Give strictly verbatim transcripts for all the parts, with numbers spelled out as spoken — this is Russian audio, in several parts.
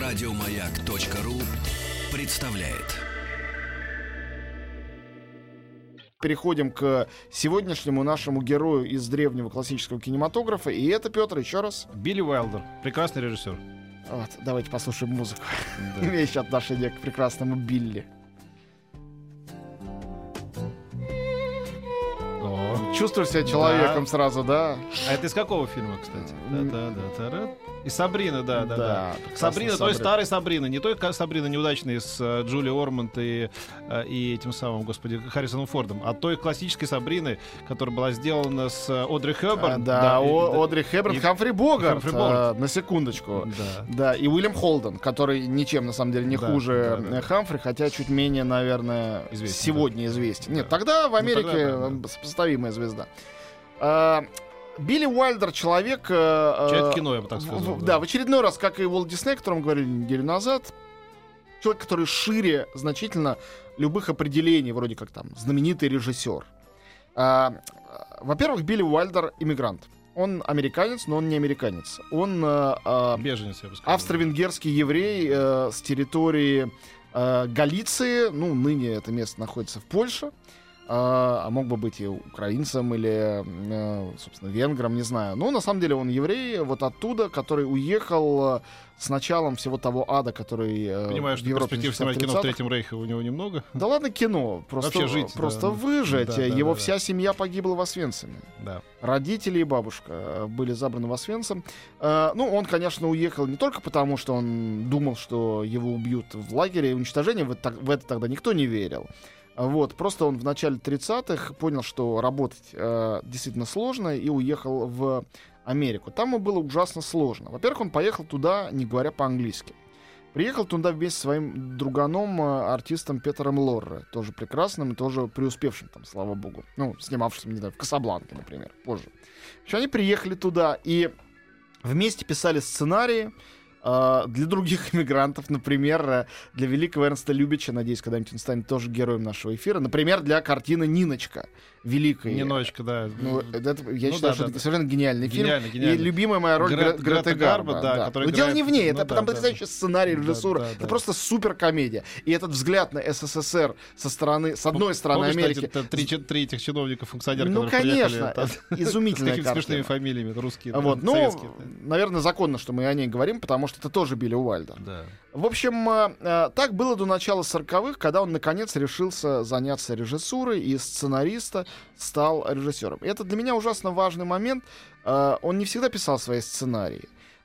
Радиомаяк.ру представляет. Переходим к сегодняшнему нашему герою из древнего классического кинематографа. И это, Петр, еще раз... Билли Уайлдер, прекрасный режиссер. Вот, давайте послушаем музыку. Да. Имеющее отношение к прекрасному Билли. О. Чувствуешь себя человеком Да. сразу, да? А это из какого фильма, кстати? М. Да-да-да-да-да. Из Сабрины, да, да, да. прекрасная Сабрина, той Сабрина. старой Сабрины, не той ка- Сабрины неудачной с э, Джули Ормонд и, э, и этим самым, господи, Харрисоном Фордом, а той классической Сабрины, которая была сделана с э, Одри Хёбберн. А, да, и- О- да, Одри Хёбберн, и- Хамфри Богарт, Хамфри Богарт. а, на секундочку. Да. Да, и Уильям Холден, который ничем, на самом деле, не Да, хуже да, да, да. Хамфри, хотя чуть менее, наверное, Известен, сегодня известен. Нет, Да. тогда в Ну, Америке тогда да, да. сопоставимая звезда. А, Билли Уайлдер — человек... э, Человек э, кино, я бы так в- сказал. в- Да, в очередной раз, как и Уолт Дисней, о котором говорили неделю назад, человек, который шире значительно любых определений, вроде как там знаменитый режиссер. А, Во-первых, Билли Уайлдер — иммигрант. Он американец, но он не американец. Он э, э, Беженец, я бы сказал. австро-венгерский еврей э, с территории э, Галиции. Ну, ныне это место находится в Польше. Э, а мог бы быть и украинцем или, э, собственно, венгром, не знаю. Но на самом деле он еврей вот оттуда, который уехал э, с началом всего того ада, который э, Понимаю, в что Европе перспектив начался в снимать кино в тридцатых. Третьем Рейхе у него немного. Да ладно кино, просто, Вообще жить, просто да. выжить. Да, да, Его да, вся да. семья погибла в Освенциме. Да. Родители и бабушка э, были забраны в Освенцим. Э, Ну, он, конечно, уехал не только потому, что он думал, что его убьют в лагере уничтожения. В это, в это тогда никто не верил. Вот, просто он в начале тридцатых понял, что работать э, действительно сложно, и уехал в Америку. Там ему было ужасно сложно. Во-первых, он поехал туда, не говоря по-английски. Приехал туда вместе со своим друганом, э, артистом Петером Лорре, тоже прекрасным и тоже преуспевшим там, слава богу. Ну, снимавшимся, не знаю, в «Касабланке», например, позже. В общем, они приехали туда и вместе писали сценарии э, для других иммигрантов, например, э, для великого Эрнста Любича, надеюсь, когда-нибудь он станет тоже героем нашего эфира, например, для картины «Ниночка», великой. Ниночка, да. Ну, это, я Ну считаю, да, что да, это да. совершенно гениальный фильм. Гениально, И гениально. любимая моя роль Гре- Гре- Греты Грета Гарбо. Гарбо, да, да. которая Но дело играет- не в ней, ну это да, там да. потрясающий сценарий, Да, режиссура. да, это да. просто супер комедия. И этот взгляд на СССР со стороны, с одной стороны Помнишь, Америки. кстати, три, ч- три этих чиновников, функционеров, Ну, которые конечно, приехали, это с изумительная какими картина. смешными фамилиями, русские, да, Вот, ну, советские. наверное, законно, что мы о ней говорим, потому что это тоже Билли Уайлдер. Да. В общем, э, э, так было до начала сороковых, когда он, наконец, решился заняться режиссурой и сценариста стал режиссером. И это для меня ужасно важный момент. Э, он не всегда писал свои сценарии.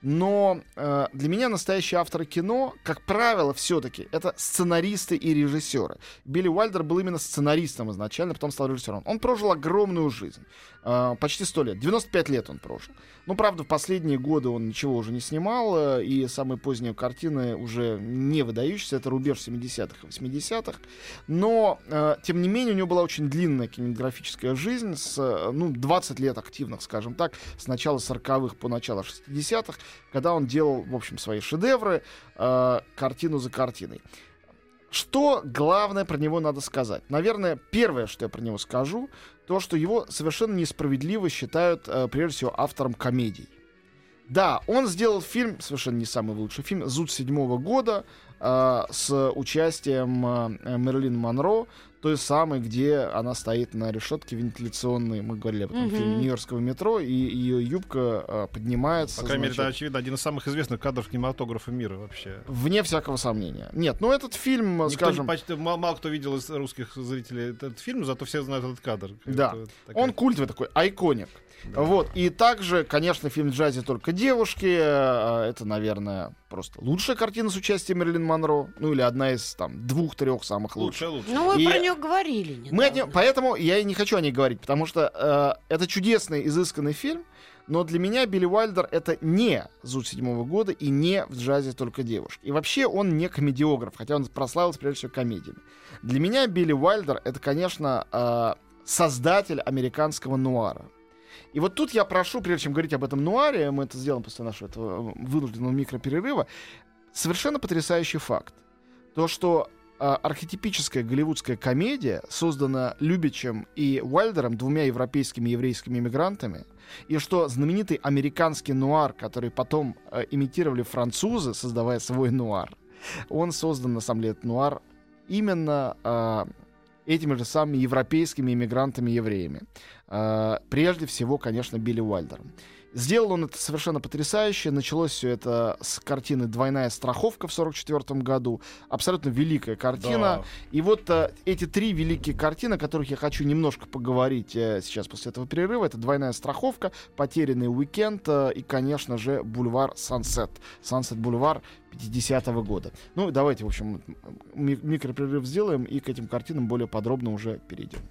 Но э, для меня настоящие авторы кино, как правило, все-таки это сценаристы и режиссеры. Билли Уайлдер был именно сценаристом изначально, потом стал режиссером. Он прожил огромную жизнь. Э, почти сто лет. девяносто пять лет он прожил. Ну, правда, в последние годы он ничего уже не снимал, э, и самые поздние картины уже не выдающиеся. Это рубеж семидесятых и восьмидесятых. Но, э, тем не менее, у него была очень длинная кинематографическая жизнь, с, э, ну, двадцать лет активных, скажем так, с начала сороковых по начало шестидесятых, когда он делал, в общем, свои шедевры, э, картину за картиной. Что главное про него надо сказать? Наверное, первое, что я про него скажу, то, что его совершенно несправедливо считают, э, прежде всего, автором комедий. Да, он сделал фильм, совершенно не самый лучший фильм, «Зуд» седьмого года, э, с участием э, Мэрилин Монро, той самой, где она стоит на решетке вентиляционной, мы говорили об этом Мгм. фильме, нью-йоркского метро, и ее юбка э, поднимается. По крайней мере, значит, это, очевидно, один из самых известных кадров кинематографа мира вообще. вне всякого сомнения. Нет, ну этот фильм, Никто, скажем, почти, мало, мало кто видел из русских зрителей этот фильм, зато все знают этот кадр. Да. Это такая- он культовый такой, айконик. Да. Вот. И также, конечно, фильм «В джазе только девушки». э, Это, наверное, просто лучшая картина с участием Мэрилин Монро. Ну, или одна из там двух-трех самых лучших. Лучше, лучше. Ну, мы И про нее говорили. Недавно. Мы от него- поэтому я и не хочу о ней говорить, потому что э, это чудесный, изысканный фильм, но для меня Билли Уайлдер — это не «Зуд» седьмого года и не «В джазе только девушки». И вообще он не комедиограф, хотя он прославился прежде всего комедиями. Для меня Билли Уайлдер — это, конечно, э, создатель американского нуара. И вот тут я прошу, прежде чем говорить об этом нуаре, мы это сделаем после нашего этого вынужденного микроперерыва, совершенно потрясающий факт. То, что а, архетипическая голливудская комедия создана Любичем и Уайлдером, двумя европейскими и еврейскими иммигрантами, и что знаменитый американский нуар, который потом а, имитировали французы, создавая свой нуар, он создан, на самом деле, этот нуар именно а, этими же самыми европейскими иммигрантами-евреями. А, прежде всего, конечно, Билли Уайлдером. Сделал он это совершенно потрясающе. Началось все это с картины «Двойная страховка» в сорок четвёртом году. Абсолютно великая картина. Да. И вот а, эти три великие картины, о которых я хочу немножко поговорить а, сейчас после этого перерыва, это «Двойная страховка», «Потерянный уикенд» а, и, конечно же, «Бульвар Сансет». «Сансет Бульвар» пятидесятого года. Ну, давайте, в общем, ми- микропрерыв сделаем и к этим картинам более подробно уже перейдем.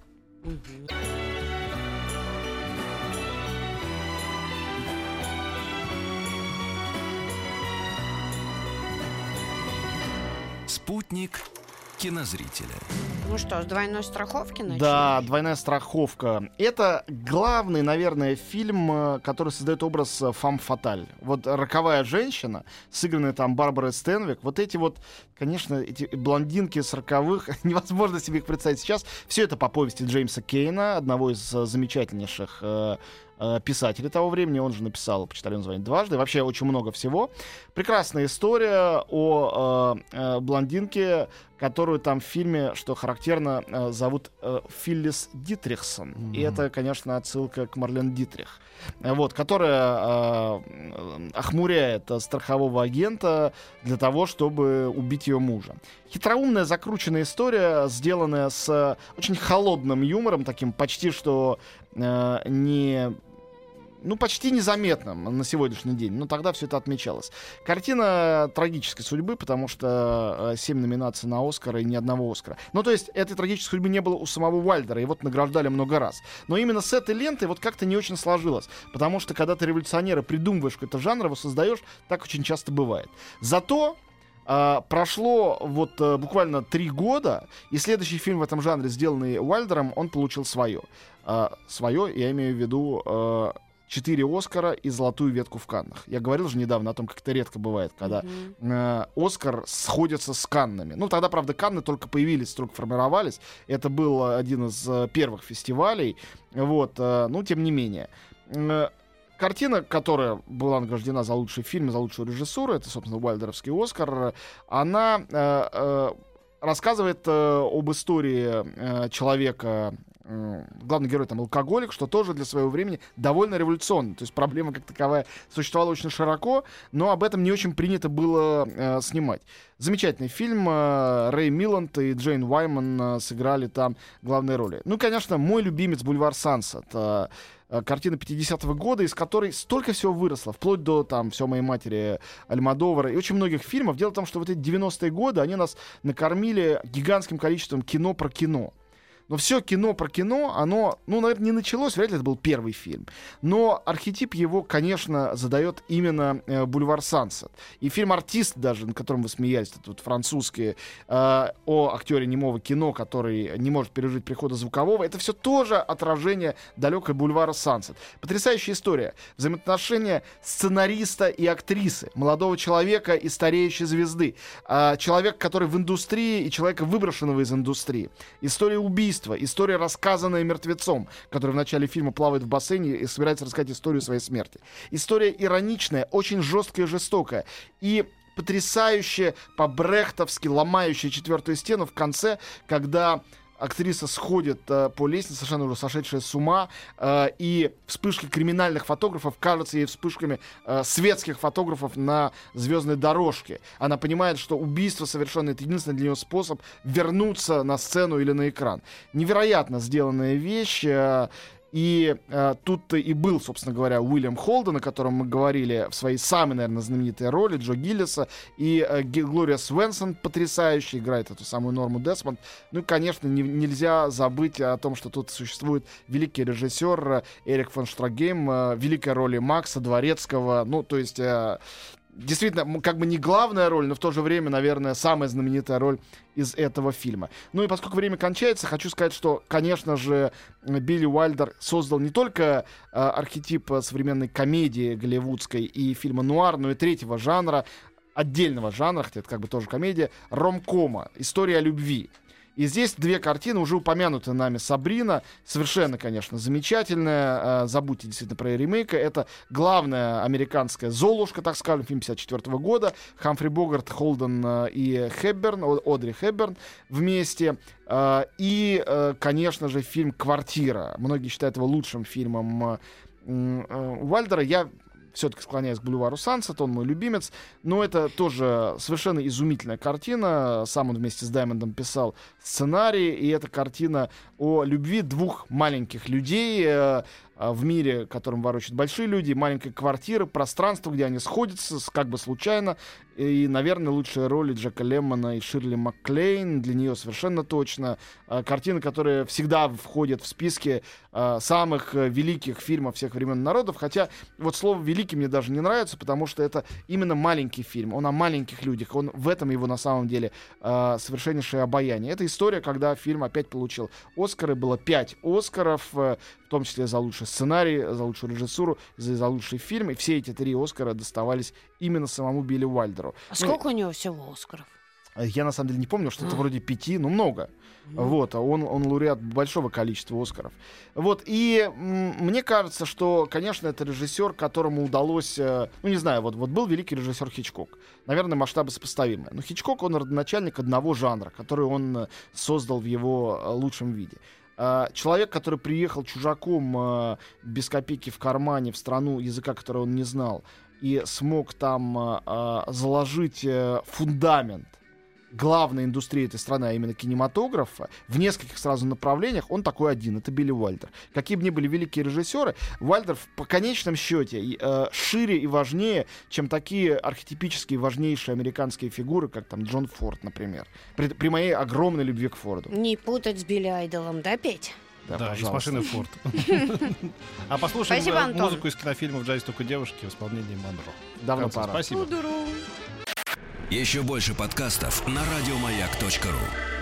Спутник кинозрителя. Ну что, с двойной страховки начнем? Да, «Двойная страховка». Это главный, наверное, фильм, э, который создает образ э, фам фаталь. Вот роковая женщина, сыгранная там Барбарой Стэнвик, вот эти вот, конечно, эти блондинки сороковых, невозможно себе их представить сейчас. Все это по повести Джеймса Кейна, одного из э, замечательнейших э, э, писателей того времени. Он же написал «Почтальон звонит дважды». Вообще очень много всего. Прекрасная история о э, э, блондинке, которую там в фильме, что характерно, э, зовут э, Филлис Дитрихсон. Mm-hmm. И это, конечно, отсылка к Марлен Дитрих. Э, вот, которая э, охмуряет э, страхового агента для того, чтобы убить ее мужа. Хитроумная, закрученная история, сделанная с очень холодным юмором, таким почти что э, не... Ну, почти незаметным на сегодняшний день. Но тогда все это отмечалось. Картина трагической судьбы, потому что э, семь номинаций на Оскар и ни одного Оскара. Ну, то есть, этой трагической судьбы не было у самого Уайлдера. Его награждали много раз. Но именно с этой лентой вот как-то не очень сложилось. Потому что, когда ты революционера придумываешь какой-то жанр, его создаешь, так очень часто бывает. Зато Uh, прошло вот uh, буквально три года, и следующий фильм в этом жанре, сделанный Уайлдером, он получил свое. Uh, свое, я имею в виду... Uh, Четыре Оскара и золотую ветку в Каннах. Я говорил же недавно о том, как это редко бывает, когда mm-hmm. э, Оскар сходится с Каннами. Ну, тогда, правда, Канны только появились, только формировались. Это был один из э, первых фестивалей. Вот, э, ну, тем не менее. Э, картина, которая была награждена за лучший фильм, за лучшую режиссуру, это, собственно, Уайлдеровский Оскар, она э, э, рассказывает э, об истории э, человека... Главный герой там алкоголик, что тоже для своего времени довольно революционно. То есть проблема как таковая существовала очень широко, но об этом не очень принято было э, снимать. Замечательный фильм. Э, Рэй Милланд и Джейн Уайман э, сыграли там главные роли. Ну, конечно, мой любимец «Бульвар Сансет». Э, картина пятидесятого года, из которой столько всего выросло, вплоть до там «Все моей матери» Альмодовара и очень многих фильмов. Дело в том, что вот эти девяностые годы, они нас накормили гигантским количеством кино про кино. Но все кино про кино, оно, ну, наверное, не началось, вряд ли это был первый фильм. Но архетип его, конечно, задает именно э, «Бульвар Сансет». И фильм «Артист» даже, на котором вы смеялись, это вот французский, э, о актере немого кино, который не может пережить прихода звукового, это все тоже отражение далекой «Бульвара Сансет». Потрясающая история. Взаимоотношения сценариста и актрисы, молодого человека и стареющей звезды. Э, человек, который в индустрии, и человека, выброшенного из индустрии. История убийства. История, рассказанная мертвецом, который в начале фильма плавает в бассейне и собирается рассказать историю своей смерти. История ироничная, очень жесткая и жестокая. И потрясающая, по-брехтовски ломающая четвертую стену в конце, когда актриса сходит э, по лестнице, совершенно уже сошедшая с ума, э, и вспышки криминальных фотографов кажутся ей вспышками э, светских фотографов на звездной дорожке. Она понимает, что убийство совершенно это единственный для нее способ вернуться на сцену или на экран. Невероятно сделанная вещь. Э, И э, тут и был, собственно говоря, Уильям Холден, о котором мы говорили в своей самой, наверное, знаменитой роли, Джо Гиллиса, и э, Глория Свенсон потрясающе играет эту самую Норму Десмонд. Ну и, конечно, не, нельзя забыть о том, что тут существует великий режиссер э, Эрик фон Штрагейм, э, великая роль Макса Дворецкого, ну, то есть... Э, Действительно, как бы не главная роль, но в то же время, наверное, самая знаменитая роль из этого фильма. Ну и поскольку время кончается, хочу сказать, что, конечно же, Билли Уайлдер создал не только э, архетип современной комедии голливудской и фильма нуар, но и третьего жанра, отдельного жанра, хотя это как бы тоже комедия, ромкома, история о любви. И здесь две картины, уже упомянутые нами «Сабрина», совершенно, конечно, замечательная. Забудьте действительно про ремейка. Это главная американская «Золушка», так скажем, фильм пятьдесят четвёртого года. Хамфри Богарт, Холден и Хепберн, Одри Хепберн вместе. И, конечно же, фильм «Квартира». Многие считают его лучшим фильмом Уайлдера. Я все-таки склоняюсь к «Бульвару Сансет», он мой любимец, но это тоже совершенно изумительная картина. Сам он вместе с Даймондом писал сценарий, и это картина о любви двух маленьких людей э, в мире, которым ворочают большие люди, маленькая квартира, пространство, где они сходятся, как бы случайно. И, наверное, лучшие роли Джека Леммона и Ширли Макклейн, для нее совершенно точно. Э, картина, которая всегда входит в списки э, самых э, великих фильмов всех времен и народов, хотя вот слово «великий» мне даже не нравится, потому что это именно маленький фильм, он о маленьких людях, он в этом его на самом деле э, совершеннейшее обаяние. Это история, когда фильм опять получил Оскары, было пять Оскаров, э, в том числе за лучший сценарий, за лучшую режиссуру, за, за лучший фильм, и все эти три Оскара доставались именно самому Билли Уайлдеру. А сколько у него всего Оскаров? Я на самом деле не помню, что-то вроде пяти, ну много. Mm. Вот, а он, он лауреат большого количества Оскаров. Вот, и м- мне кажется, что, конечно, это режиссер, которому удалось, э, ну не знаю, вот, вот был великий режиссер Хичкок. Наверное, масштабы сопоставимые. Но Хичкок, он родоначальник одного жанра, который он э, создал в его э, лучшем виде. Человек, который приехал чужаком э, без копейки в кармане в страну, языка которого он не знал, и смог там э, заложить э, фундамент главной индустрии этой страны, а именно кинематографа, в нескольких сразу направлениях, он такой один. Это Билли Уайлдер. Какие бы ни были великие режиссеры, Уайлдер в конечном счете э, шире и важнее, чем такие архетипические важнейшие американские фигуры, как там Джон Форд, например. При, при моей огромной любви к Форду. Не путать с Билли Айдолом, да, Петь? Да, да, из машины Форд. А послушаем музыку из кинофильма «В джазе только девушки» в исполнении Монро. Давно пора. Спасибо. Еще больше подкастов на радиомаяк точка ру.